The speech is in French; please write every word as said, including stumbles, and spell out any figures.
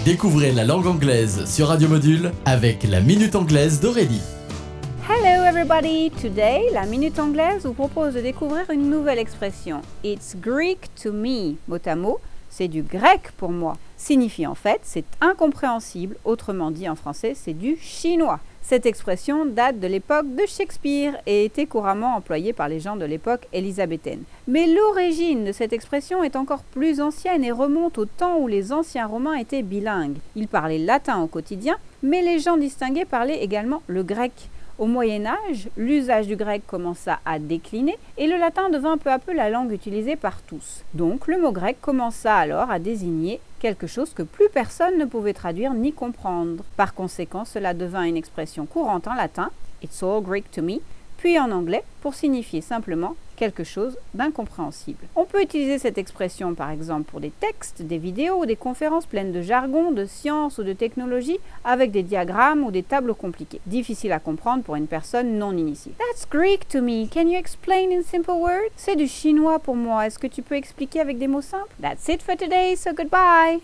Découvrez la langue anglaise sur Radio Module avec la Minute Anglaise d'Aurélie. Hello everybody! Today, la Minute Anglaise vous propose de découvrir une nouvelle expression. It's Greek to me. Mot à mot, c'est du grec pour moi. Signifie en fait, c'est incompréhensible, autrement dit en français, c'est du chinois. Cette expression date de l'époque de Shakespeare et était couramment employée par les gens de l'époque élisabéthaine. Mais l'origine de cette expression est encore plus ancienne et remonte au temps où les anciens Romains étaient bilingues. Ils parlaient latin au quotidien, mais les gens distingués parlaient également le grec. Au Moyen-Âge, l'usage du grec commença à décliner et le latin devint peu à peu la langue utilisée par tous. Donc, le mot grec commença alors à désigner quelque chose que plus personne ne pouvait traduire ni comprendre. Par conséquent, cela devint une expression courante en latin, « It's all Greek to me », puis en anglais pour signifier simplement quelque chose d'incompréhensible. On peut utiliser cette expression par exemple pour des textes, des vidéos ou des conférences pleines de jargon, de science ou de technologie avec des diagrammes ou des tableaux compliqués, difficiles à comprendre pour une personne non initiée. That's Greek to me. Can you explain in simple words? C'est du chinois pour moi. Est-ce que tu peux expliquer avec des mots simples? That's it for today, so goodbye!